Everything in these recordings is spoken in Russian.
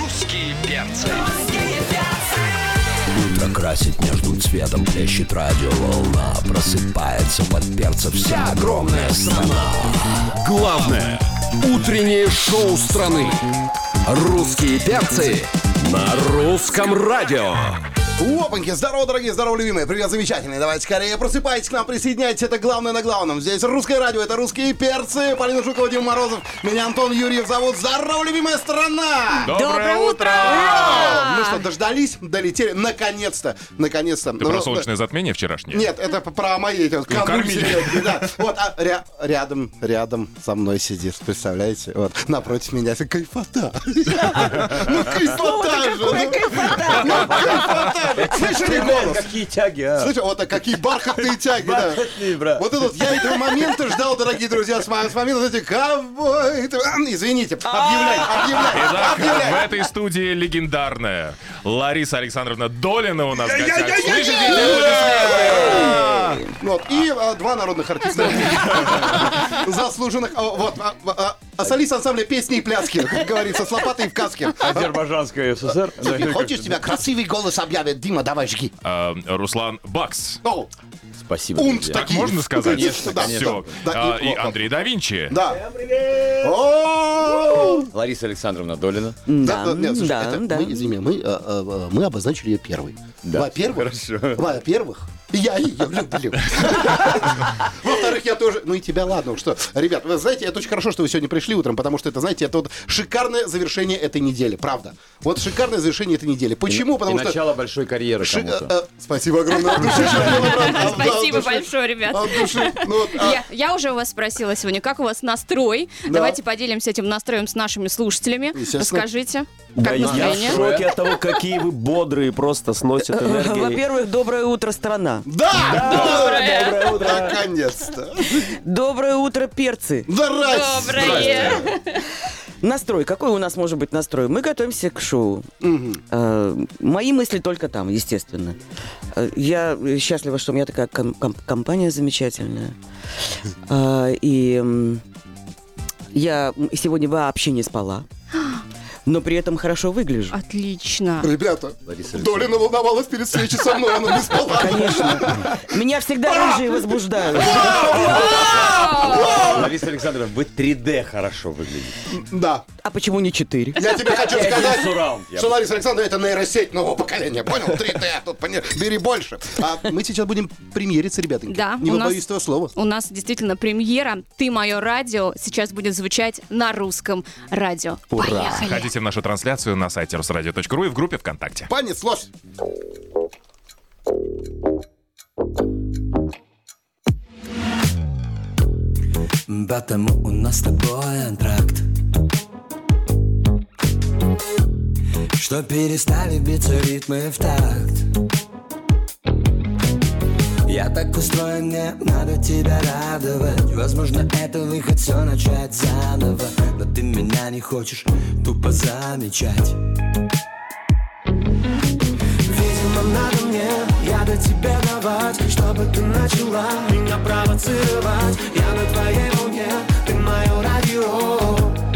Русские перцы. Утро красит нежным цветом, плещет радиоволна. Просыпается под перцем вся огромная страна. Главное утреннее шоу страны. Русские перцы на русском радио. Опаньки, здорово, дорогие, здорово, любимые, привет, замечательные. Давайте скорее просыпайтесь к нам, присоединяйтесь, это главное на главном. Здесь русское радио, это русские перцы. Полина Жукова, Дима Морозов, меня Антон Юрьев зовут. Здорово, любимая страна! Доброе утро! Ну что, дождались, долетели, наконец-то. Ты про солнечное затмение вчерашнее? Нет, это про мои конвульсии. Да. Вот, рядом со мной сидит, представляете? Вот, напротив меня, это кайфота. Ну, кайфота же! Кайфота! Слышали голос? Какие тяги, а? Слышали, вот какие бархатные тяги, да. брат. Вот этот, я этого момента ждал, дорогие друзья, с момента вот этих ковбой. Извините, объявляй. Итак, в этой студии легендарная Лариса Александровна Долина у нас в гостях. Слышите аплодисменты? Вот, и два народных артиста. Заслуженных. Вот, солист ансамбля песни и пляски, как говорится, с лопатой в каске. Азербайджанская ССР. Хочешь, тебя красивый голос объявит? Дима, давай, жги. Руслан Бакс. Спасибо, Унт друзья. Так можно сказать? Конечно, да. Все. Да, И Андрей да Винчи. Да. Лариса Александровна Долина. Нет, слушай, это мы, извини, мы обозначили ее первой. Да. Во-первых, я ее люблю. Во-вторых, я тоже... Ну и тебя, ладно, что. Ребят, вы знаете, это очень хорошо, что вы сегодня пришли утром, потому что это, знаете, это вот шикарное завершение этой недели, правда. Вот шикарное завершение этой недели. Почему? Потому что... начало большой карьеры кому-то. Спасибо огромное. От души. Спасибо большое, ребят. От души. Я уже у вас спросила сегодня, как у вас настрой. Давайте поделимся этим настроем с нашими слушателями. Расскажите, как Я в настроение? шоке от того, какие вы бодрые, просто сносят энергией. Во-первых, доброе утро, страна. Да! Доброе утро! Наконец-то! Доброе утро, перцы. Доброе. Настрой. Какой у нас может быть настрой? Мы готовимся к шоу. Мои мысли только там, естественно. Я счастлива, что у меня такая компания замечательная. И я сегодня вообще не спала. Но при этом хорошо выгляжу. Отлично. Ребята, Долина волновалась перед встречей со мной, она не спала. Конечно. Меня всегда рыжие возбуждают. Лариса Александровна, вы 3D хорошо выглядите. Да. А почему не 4? Я тебе хочу сказать, Сурраунд. что Лариса Александровна это нейросеть нового поколения. Понял? 3D. Тут бери больше. А мы сейчас будем премьериться, ребятоньки. Да. Не побоюсь этого слова. У нас действительно премьера «Ты мое радио» сейчас будет звучать на русском радио. Ура. Поехали. Ходите в нашу трансляцию на сайте rusradio.ru и в группе ВКонтакте. Понеслось. Потому у нас с тобой антракт, что перестали биться ритмы в такт. Я так устроен, мне надо тебя радовать. Возможно, это выход, все начать заново. Но ты меня не хочешь тупо замечать. Видимо, надо мне яда тебе давать, чтобы ты начала меня провоцировать. Я на твоей волне, ты мое радио.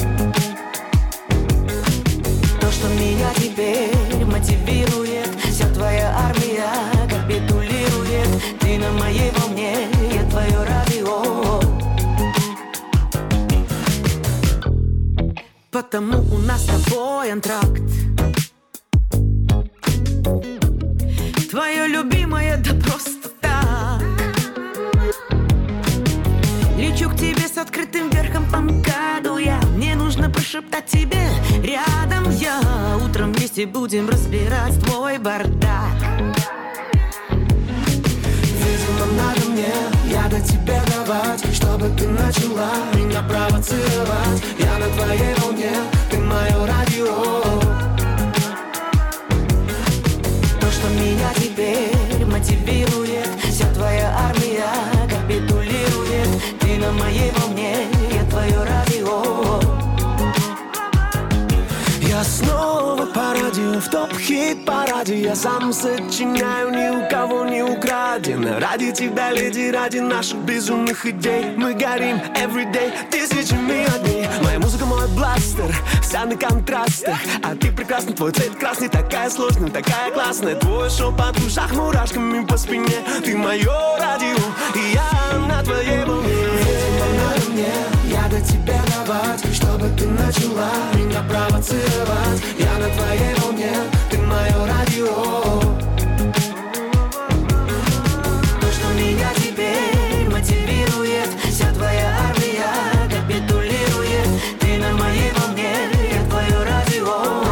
То, что меня теперь мотивирует, вся твоя армия капитулирует. Ты на моей волне, я твое радио. Потому у нас с тобой антракт. Твое любимое, да просто так. Лечу к тебе с открытым верхом по МКАДу я. Мне нужно прошептать тебе рядом я. Утром вместе будем разбирать твой бардак. Видимо, надо мне яда тебе давать, чтобы ты начала меня провоцировать. Я на твоей волне, ты мое радио. То, что меня теперь мотивирует, вся твоя армия капитулирует. Ты на моей волне, я твое радио. Я снова по радио, в топ-хит-параде. Я сам сочиняю, ни у кого не украдено. Ради тебя, леди, ради наших безумных идей. Мы горим everyday, тысячами огней. Моя музыка, мой бластер, вся на контрастах. А ты прекрасный, твой цвет красный, такая сложная, такая классная. Твой шепот в ушах, мурашками по спине. Ты мое радио, и я на твоей волне. Надо мне, я до тебя давать, чтобы ты начала меня провоцировать. Я на твоей волне, ты мое радио. То, что меня теперь мотивирует, вся твоя армия капитулирует. Ты на моей волне, я твое радио.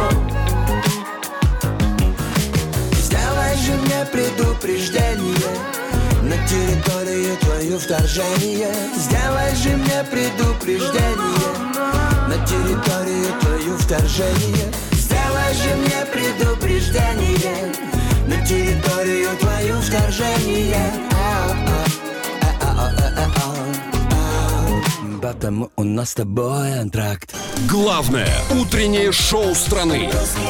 Сделай же мне предупреждение на территорию твою вторжение. Сделай же мне предупреждение на территорию твою вторжение. Сделай же мне предупреждение на территорию твою вторжение. Потому у нас с тобой антракт. Главное утреннее шоу страны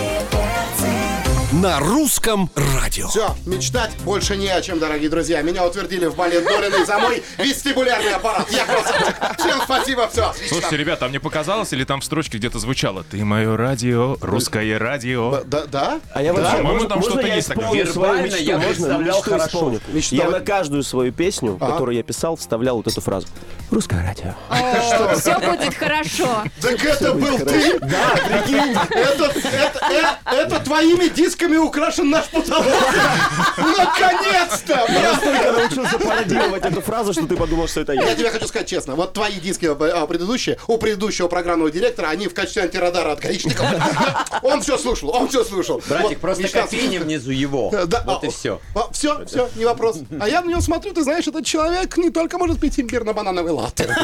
на русском радио. Все, мечтать больше не о чем, дорогие друзья. Меня утвердили в балет Долиной за мой вестибулярный аппарат. Я красавчик. Всем спасибо, все. Слушайте, ребята, а мне показалось, или там в строчке где-то звучало: ты мое радио, русское радио. Да? А я вообще, по-моему, там что-то я есть такое. исполню свою Вербально мечту? я Можно? представлял Мечту хорошо. исполню. Мечту. Я на каждую свою песню, которую я писал, вставлял вот эту фразу. Русское радио. Все будет хорошо. Так это был ты? Да, прикинь. Это твоими дисками украшен наш потолок. Наконец-то! Я настолько научился пародировать эту фразу, что ты подумал, что это Я я. тебе хочу сказать честно, вот твои диски предыдущие, у предыдущего программного директора, они в качестве антирадара от гаишников. Он все слушал. Братик, Вот, просто мечта- кофейня внизу его. Да, Вот и все. Все, не вопрос. А я на него смотрю, ты знаешь, этот человек не только может пить имбирно-банановый латте.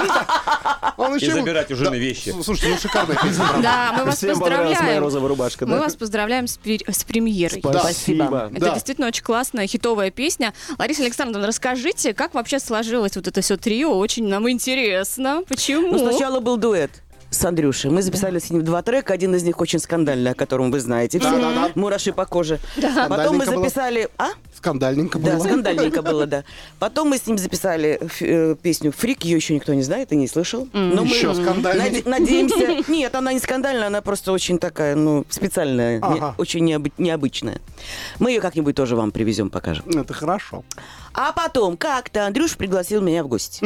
Он И забирать у жены вещи. Слушайте, ну шикарная песня. правда. Да, мы вас Всем понравилась моя поздравляем. розовая рубашка, Мы да? вас поздравляем с премьерой. Спасибо. Это Да. действительно очень классная, хитовая песня. Лариса Александровна, расскажите, как вообще сложилось вот это все трио? Очень нам интересно. Почему? Ну, сначала был дуэт с Андрюшей. Мы записали с ним 2 трека. Один из них очень скандальный, о котором вы знаете. Все. Да. Мураши по коже. Потом мы Скандальненько было. записали... Скандальненько Да, было. скандальненько было, да. Потом мы с ним записали песню «Фрик». Ее еще никто не знает и не слышал. Но мы Еще скандальнее. надеемся... Нет, она не скандальная, она просто очень такая, специальная, Ага. очень необычная. Мы ее как-нибудь тоже вам привезем, покажем. Это хорошо. А потом как-то Андрюш пригласил меня в гости.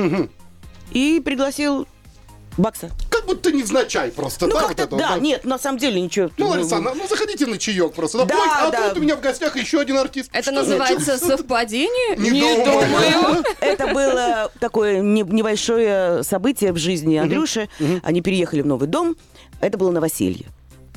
И пригласил Бакса. Как будто невзначай просто, Ну, да? как-то, вот это вот, да, нет, на самом деле ничего. Ну, Лариса, заходите на чаек просто. Да, Ой, а да. тут у меня в гостях еще один артист. Это Что называется случилось? совпадение? Не думаю. Это было такое небольшое событие в жизни Андрюши. Они переехали в новый дом. Это было новоселье.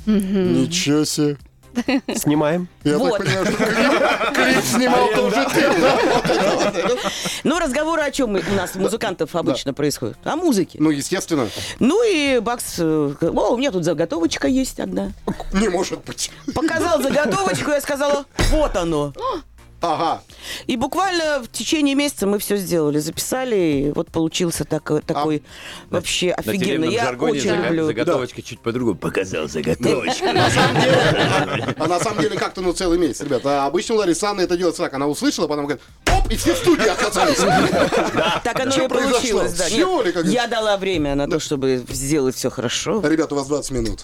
Ничего себе. Снимаем. Я Вот. так понимаю, что клип снимал тоже ты. Да? Но разговоры о чем у нас, музыкантов, обычно происходят? О музыке. Ну, естественно. Ну и Бакс, у меня тут заготовочка есть одна. Не может быть. Показал заготовочку, я сказала, вот оно. Ага. И буквально в течение месяца мы все сделали, записали, и вот получился такой вообще На офигенный. тюремном Я жаргоне очень люблю. заготовочка чуть по-другому. Показал заготовочку. На самом деле, как-то целый месяц, ребята. А обычно Лариса Анна это делает так. Она услышала, потом говорит, оп, и все в студии оказались. Так оно Что и получилось. Да. Всё ли, как Нет, я дала время на то, чтобы сделать все хорошо. Ребята, у вас 20 минут.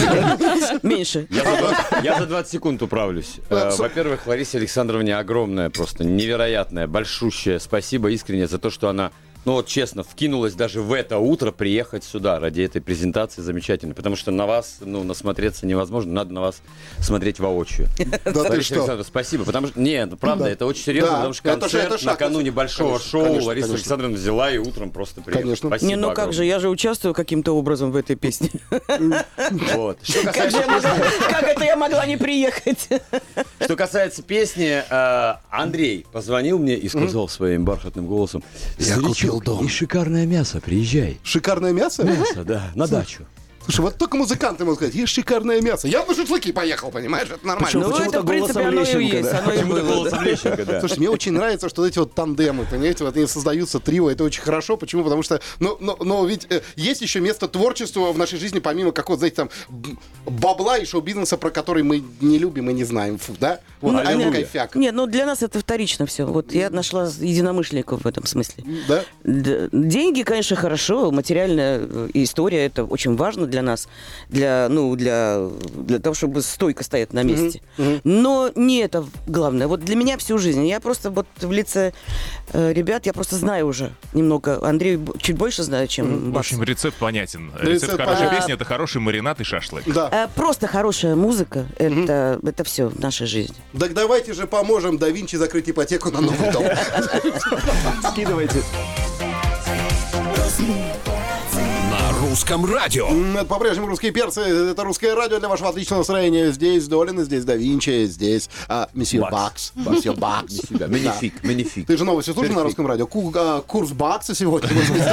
Меньше. Я за 20 секунд управлюсь. Во-первых, Ларисе Александровне огромное, просто невероятное, большущее спасибо искренне за то, что она, честно, вкинулась даже в это утро приехать сюда ради этой презентации замечательной. Потому что на вас, насмотреться невозможно, надо на вас смотреть воочию. Да ты Лариса что? Александровна, спасибо, потому что, правда, это очень серьезно, Да, потому что это концерт шаг. накануне большого Конечно, шоу конечно, Лариса конечно. Александровна взяла и утром просто приехала. Конечно. Спасибо Не, ну как огромное. же, я же участвую каким-то образом в этой песне. Вот. Что Как это я могла не приехать? Что касается песни, Андрей позвонил мне и сказал своим бархатным голосом: Я «Старичок, купил дом». и шикарное мясо, приезжай. Шикарное мясо? Мясо, да, на дачу. Слушай, вот только музыканты могут сказать, есть шикарное мясо. Я на шашлыки поехал, понимаешь, это нормально. Ну, это, в принципе, оно и есть. Слушай, мне очень нравится, что эти вот тандемы, понимаете, вот они создаются, трио, это очень хорошо. Почему? Потому что, но ведь есть еще место творчества в нашей жизни, помимо какого-то, знаете, там, бабла и шоу-бизнеса, про который мы не любим и не знаем, да? Вот, а это кайфяк. Нет, ну для нас это вторично все. Вот я нашла единомышленников в этом смысле. Да? Деньги, конечно, хорошо, материальная история, это очень важно для нас, для того, чтобы стойко стоять на месте. Но не это главное. Вот для меня всю жизнь. Я просто вот в лице ребят, я просто знаю уже немного. Андрей чуть больше знает, чем В Бакс. общем, рецепт понятен. Рецепт хорошей песни — это хороший маринад и шашлык. Да. Просто хорошая музыка, это все в нашей жизни. Так давайте же поможем Да Винчи закрыть ипотеку на новый дом. Скидывайте. На русском радио. Это по-прежнему «Русские перцы». Это «Русское радио» для вашего отличного настроения. Здесь Долин, здесь Да Винчи, здесь месье Бакс. Месье Бакс. Манифик. Ты же новости слушал на «Русском радио»? Курс Бакса сегодня.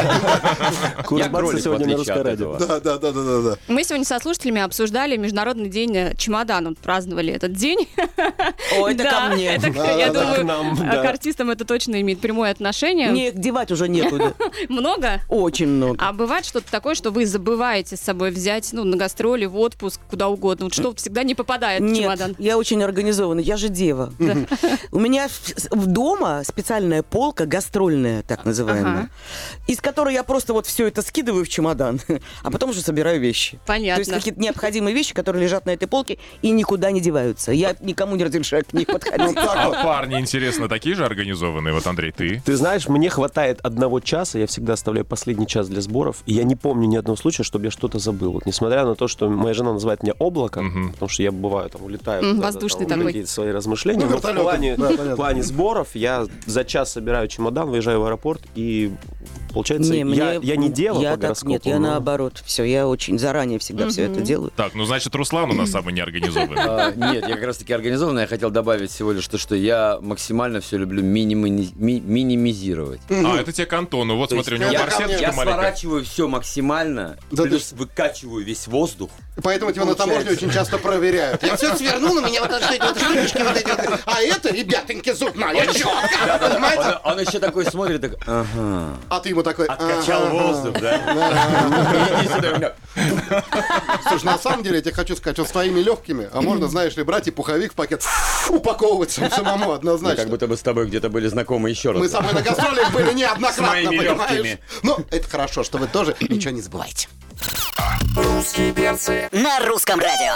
Курс Бакса сегодня на русском радио. Да. Мы сегодня со слушателями обсуждали Международный день чемодана. Праздновали этот день. О, это ко мне. Я думаю, к артистам это точно имеет прямое отношение. Мне девать уже некуда. Много? Очень много. А бывает что-то такое, что вы забываете с собой взять, на гастроли, в отпуск, куда угодно, вот что всегда не попадает в чемодан? Нет, я очень организована, я же дева. У меня дома специальная полка гастрольная, так называемая, из которой я просто вот все это скидываю в чемодан, а потом уже собираю вещи. Понятно. То есть какие-то необходимые вещи, которые лежат на этой полке и никуда не деваются. Я никому не разрешаю к них подходить. А парни, интересно, такие же организованные? Вот, Андрей, ты? Ты знаешь, мне хватает 1 часа, я всегда оставляю последний час для сборов, и я не помню ни одного случая, чтобы я что-то забыл. Вот, несмотря на то, что моя жена называет меня облаком, потому что я бываю там, улетаю воздушный там, такой. какие-то свои размышления. Но в плане сборов я за час собираю чемодан, выезжаю в аэропорт, и получается, я не дева по гороскопу. Нет, я наоборот. Все, я очень заранее всегда все это делаю. Так, значит, Руслан у нас самый неорганизованный. Нет, я как раз таки организованный. Я хотел добавить всего лишь то, что я максимально все люблю минимизировать. Это тебе к Антону. Вот смотри, у него барсеточка Я маленькая. сворачиваю все максимально, плюс выкачиваю весь воздух. Поэтому тебя на таможне очень часто проверяют. Я все свернул, но меня вот эти штучки вот эти. А это, ребятоньки, зубная щетка. Понимаете? Он еще такой смотрит, так, ага. А ты ему такой... Откачал воздух, да? Иди сюда, у меня. Слушай, на самом деле, я тебе хочу сказать, вот с твоими легкими, а можно, знаешь ли, брать и пуховик в пакет упаковывать самому однозначно. Как будто бы с тобой где-то были знакомы еще раз. Мы с тобой на гастролях были неоднократно, С моими понимаешь? легкими. Ну, это хорошо, что вы тоже ничего не забываете. Русские перцы На русском радио.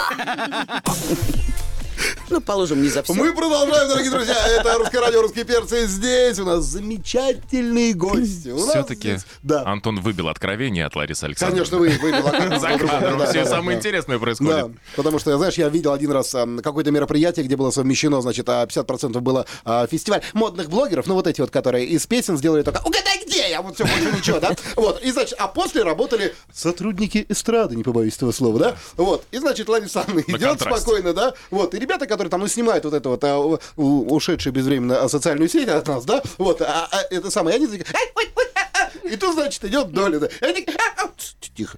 Ну, положим, не за все. Мы продолжаем, дорогие друзья. Это «Русское радио», «Русские перцы». Здесь у нас замечательные гости. Все-таки Антон выбил откровение от Ларисы Александровны. Конечно, выбил. За кадром все самое интересное происходит. Да, потому что, знаешь, я видел один раз какое-то мероприятие, где было совмещено, значит, 50% было фестиваль модных блогеров, ну вот эти вот, которые из песен сделали только «Угадай, где я?» Вот все, больше ничего, да? Вот, и, значит, а после работали сотрудники эстрады, не побоюсь этого слова, да? Вот, и, значит, Лариса Анна идет спокойно, да? Вот, и ребята, которые там, снимают вот это вот ушедшие безвременно социальную сеть от нас, да? Вот, это самое, они такие... И тут, значит, идет Доля, да. И они... Тихо.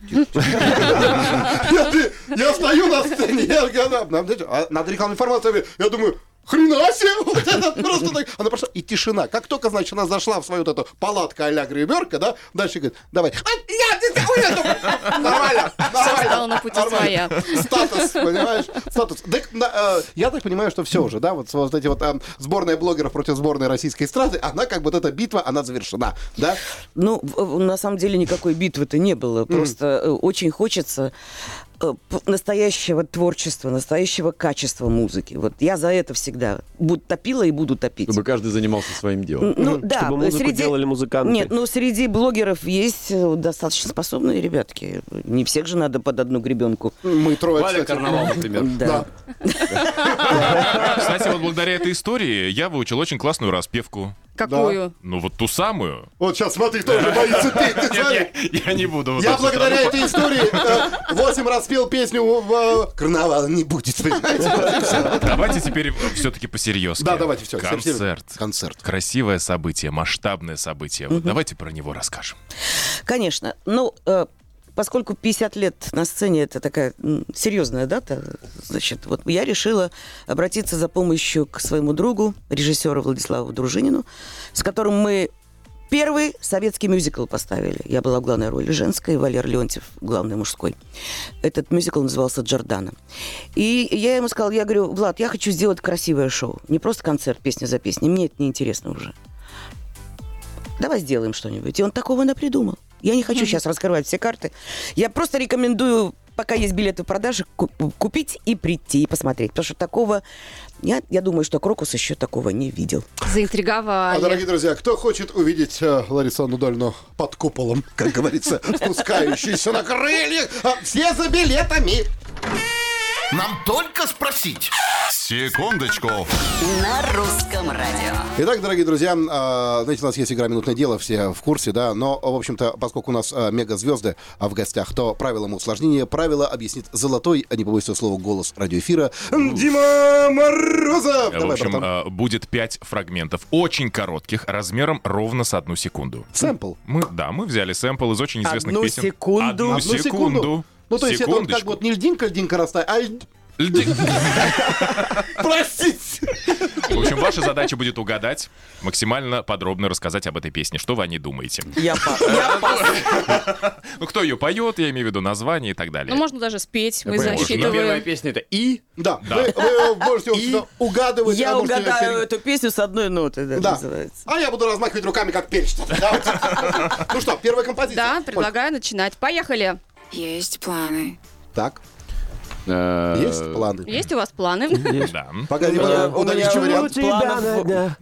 Я стою на сцене, надо рекламную информацию, я думаю... Хрена себе! Вот это просто так. Она пошла, и тишина. Как только, значит, она зашла в свою вот эту палатку а-ля гримерка, да, дальше говорит, давай. Нормально. Стала на пути своя. Статус, понимаешь? Статус. Я так понимаю, что все уже, да, вот эти вот сборная блогеров против сборной российской эстрады, она как бы вот эта битва, она завершена, да? Ну, на самом деле никакой битвы-то не было. Просто очень хочется настоящего творчества, настоящего качества музыки. Вот я за это всегда топила и буду топить. Чтобы каждый занимался своим делом. Ну, да, чтобы музыку делали музыканты. Нет, ну среди блогеров есть достаточно способные ребятки. Не всех же надо под одну гребенку. Мы трое, Валя Карнавал, например. Да. Кстати, вот благодаря этой истории я выучил очень классную распевку. Какую? Ну вот ту самую. Вот сейчас смотри, тоже боится петь. Нет, я не буду. Я благодаря этой истории 8 раз пел песню в «Карнавал не будет», понимаете? Давайте теперь все-таки по-серьезки. Да, давайте все. Концерт. Красивое событие, масштабное событие. Вот давайте про него расскажем. Конечно. Ну, поскольку 50 лет на сцене это такая серьезная дата, значит, вот я решила обратиться за помощью к своему другу, режиссеру Владиславу Дружинину, с которым мы первый советский мюзикл поставили. Я была в главной роли женской, Валер Леонтьев главный мужской. Этот мюзикл назывался «Джордана». И я ему сказала, я говорю, Влад, я хочу сделать красивое шоу. Не просто концерт, песня за песней. Мне это неинтересно уже. Давай сделаем что-нибудь. И он такого напридумал. Я не хочу сейчас раскрывать все карты. Я просто рекомендую, пока есть билеты в продаже, купить и прийти, и посмотреть. Потому что такого... Я думаю, что Крокус еще такого не видел. Заинтриговали. Дорогие друзья, кто хочет увидеть Ларису Анну Долину под куполом, как говорится, спускающуюся на крыльях, все за билетами. Нам только спросить. Секундочку. На русском радио. Итак, дорогие друзья, знаете, у нас есть игра «Минутное дело», все в курсе, да, но, в общем-то, поскольку у нас мегазвезды в гостях, то правилам усложнения правила объяснит золотой, а не побоюсь этого слова, голос радиоэфира Дима Морозов. В общем, будет 5 фрагментов, очень коротких, размером ровно с 1 секунду. Сэмпл. Мы взяли сэмпл из очень известных песен. Одну секунду. Ну, то есть это вот как вот не льдинка растает, а... Простите. В общем, ваша задача будет угадать, максимально подробно рассказать об этой песне. Что вы о ней думаете? Я пас. Ну, кто ее поет, я имею в виду название и так далее. Ну, можно даже спеть, мы Первая засчитываем. песня это «И». Да, вы можете угадывать. Я угадаю эту песню с одной ноты, да, называется. А я буду размахивать руками, как перчик. Ну что, первая композиция. Да, предлагаю начинать. Поехали. Есть планы. Так. Есть планы? Есть у вас планы? Да. Погоди, удалите вариант. Да!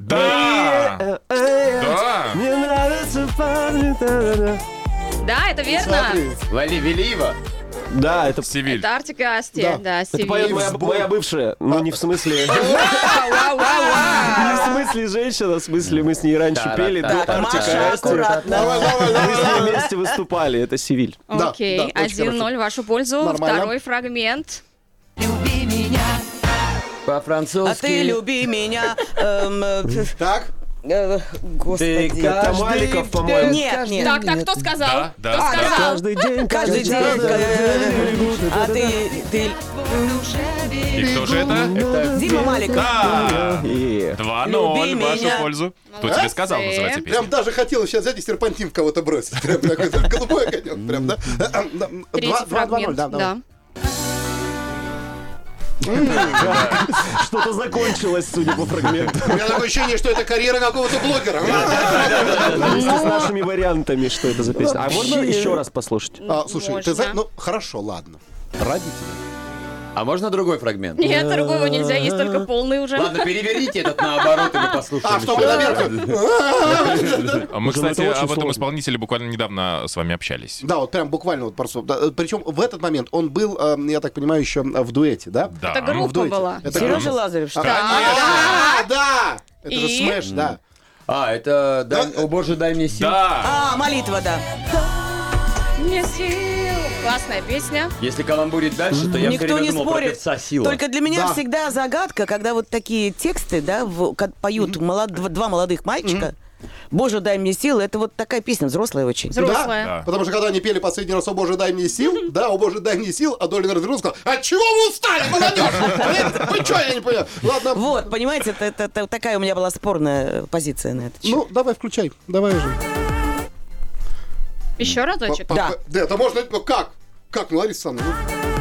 Да! Мне нравится парни. Да, это верно. Лали Велиева. Да, это... Севиль. Это Артик и Асти. Да, Это поет Севиль. моя бывшая. Ну, не в смысле... Вау, вау, вау, вау. Не в смысле женщина, в смысле мы с ней раньше пели. Так, Артик и Маша, Асти. аккуратно. Мы с ней вместе выступали. Это Севиль. Окей, да, очень 1-0 в вашу пользу. Нормально. Второй фрагмент. Люби меня. По-французски. А ты люби меня. Так. Господи. Это Маликов, по-моему. Нет, нет. Так, кто сказал? Да, Кто да. сказал? Каждый день, Каждый день. А ты... И кто же это? Дима Маликов. Да! И- 2-0 Люби в вашу меня. пользу. Кто тебе сказал, Молодцы. называется песня? Прям даже хотел сейчас взять и серпантин в кого-то бросить. Прям такой голубой огонек. Прям, да? Третий 2-0, фрагмент. да, давай. Да. Что-то закончилось, судя по фрагменту. У меня такое ощущение, что это карьера какого-то блогера. Вместе с нашими вариантами, что это за песня. А можно еще раз послушать? Слушай, ты знаешь, ну хорошо, ладно. Ради тебя. А можно другой фрагмент? Нет, другого нельзя, есть только полный уже. Ладно, переверните этот наоборот, и мы послушаем Что мы еще. наверх? Мы, кстати, это очень об этом сложно. исполнителе буквально недавно с вами общались. Да, вот прям буквально вот просто. Причем в этот момент он был, я так понимаю, еще в дуэте, да? Да. Это В группа дуэте. была. Это Сережа Лазарев, что ли? Да! Это же И? Смэш, да. А, это «О боже, дай мне сил». Да! А, молитва, да. Не сил. Классная песня. Если каламбурить дальше, то я Никто все время не думал про спорит. певца Сила. Только для меня Да. всегда загадка, когда вот такие тексты, да, поют два молодых мальчика. Боже, дай мне силы. Это вот такая песня, взрослая очень. Взрослая. Да. Потому что когда они пели последний раз «О боже, дай мне сил», да, «О боже, дай мне сил», а Долин развернулся и сказал: от чего вы устали, молодежь? Вы что, я не понял. Ладно. Вот, понимаете, это такая у меня была спорная позиция на это. Ну, давай, включай. Давай уже. Еще разочек. Да. Да, это можно, ну как? Как, ну, Лариса Александровна,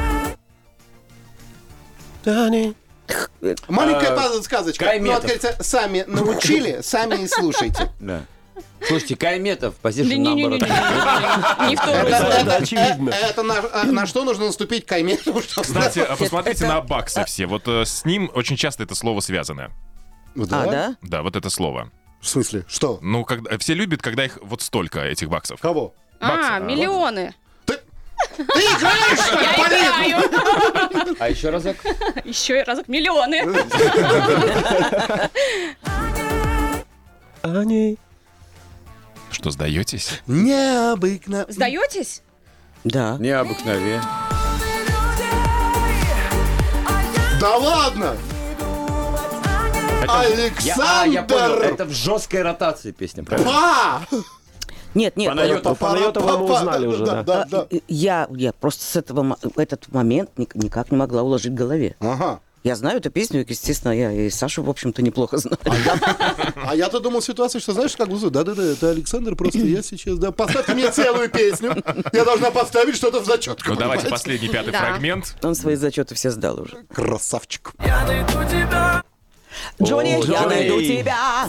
маленькая сказочка. Ну, Кайметов. вот, говорится, сами научили, сами и слушайте. Да. Слушайте, Кайметов, позиtion Не-не-не-не-не. наоборот. Не второй Это очевидно. Это на что нужно наступить Кайметову, чтобы... Кстати, посмотрите на баксы все. Вот с ним очень часто это слово связано. А, да? Да, вот это слово. В смысле? Что? Ну, все любят, когда их вот столько, этих баксов. Кого? Миллионы. Ты играешь, что ли, Я Полин? играю. А еще разок? Еще разок миллионы. Они... Что, сдаетесь? Необыкновенно. Сдаетесь? Да. Необыкновенно. Да ладно! Я понял, Александр! это в жесткой ротации песня, правильно? Нет, Панайотова мы узнали уже, да. Я просто этот момент никак не могла уложить в голове. Ага. Я знаю эту песню, естественно, я и Сашу, в общем-то, неплохо знаю. А я-то думал ситуацию, что, знаешь, как бы, да-да-да, это Александр, просто я сейчас, да, поставьте мне целую песню, я должна поставить что-то в зачетку. Ну, давайте последний, 5-й фрагмент. Он свои зачеты все сдал уже. Красавчик. Джонни, я найду тебя.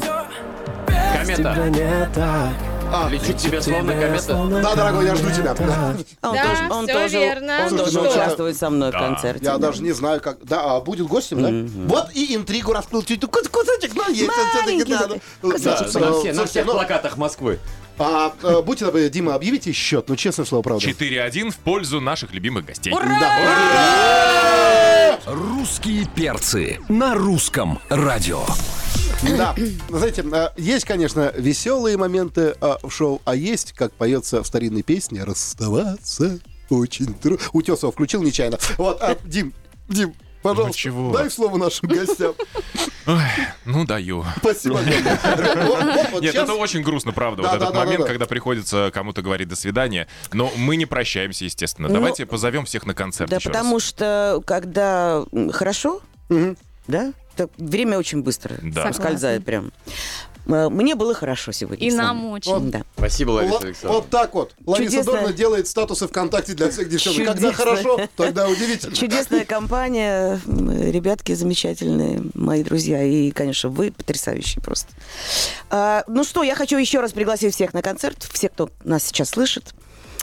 Комета. Лечу к тебе словно комета. Да, дорогой, я жду тебя. Он всё тоже верно. он тоже участвует со мной в концерте. Я даже не знаю, как... Да, будет гостем, да? Вот и интригу раскрыл. Чуть кусочек, но есть. На всех плакатах Москвы. Будьте добры, Дима, объявите счет, ну, честное слово, правда. 4-1 в пользу наших любимых гостей. Русские перцы на русском радио. Да, знаете, есть, конечно, веселые моменты в шоу, а есть, как поется в старинной песне, расставаться очень трудно. Утесова включил нечаянно. Вот, Дим, пожалуйста, чего? дай слово нашим гостям. Ой, ну, даю. Спасибо. Нет, это очень грустно, правда, вот этот момент, когда приходится кому-то говорить «до свидания». Но мы не прощаемся, естественно. Давайте позовем всех на концерт Да, еще раз. потому что, когда хорошо, да, так время очень быстро ускользает прям. Мне было хорошо сегодня. И нам очень. Да. Спасибо, Лариса Александровна. Вот так вот. Лариса Дорна делает статусы ВКонтакте для всех девчонок. Когда хорошо, тогда удивительно. Чудесная компания, ребятки замечательные, мои друзья. И, конечно, вы потрясающие просто. Ну что, я хочу еще раз пригласить всех на концерт, все, кто нас сейчас слышит.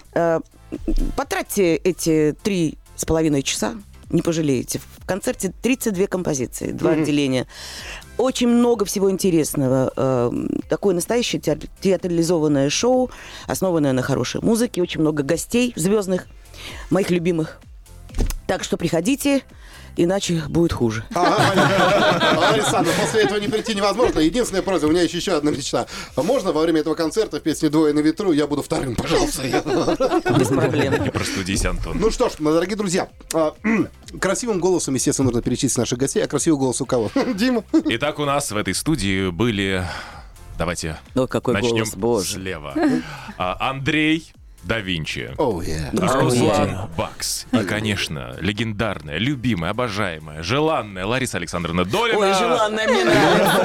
Потратьте эти 3,5 часа, не пожалеете. В концерте 32 композиции, 2 отделения. Очень много всего интересного. Такое настоящее театрализованное шоу, основанное на хорошей музыке. Очень много гостей звездных, моих любимых. Так что приходите, иначе будет хуже. Александр, после этого не прийти невозможно. Единственная просьба, у меня еще одна мечта. Можно во время этого концерта в песне «Двое на ветру» я буду вторым, пожалуйста? Без проблем. Не простудись, Антон. Ну что ж, дорогие друзья, красивым голосом, естественно, нужно перечислить наших гостей. А красивый голос у кого? Дима. Итак, у нас в этой студии были... Давайте начнем слева. Андрей да Винчи. Руслан Бакс. И, конечно, легендарная, любимая, обожаемая, желанная Лариса Александровна Долина. Ой, желанная мне нравится.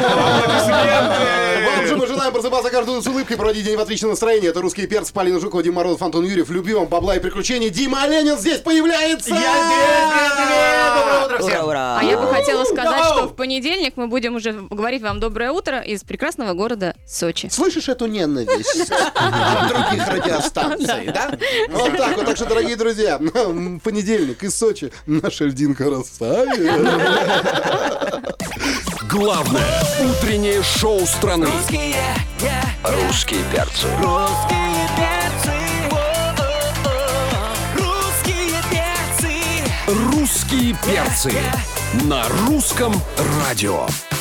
Вам же мы желаем просыпаться каждую с улыбкой, проводить день в отличном настроении. Это «Русские перцы», Полина Жукова, Дима Морозов, Антон Юрьев. Люби вам бабла и приключений. Дима Оленин здесь появляется! Доброе утро всем! А я бы хотела сказать, что в понедельник мы будем уже говорить вам доброе утро из прекрасного города Сочи. Слышишь эту ненависть от других радиостанций, да? Вот так вот. Так что, дорогие друзья, понедельник из Сочи наша льдинка растает. Главное утреннее шоу страны. Русские перцы. Русские перцы. Русские перцы. Русские перцы на русском радио.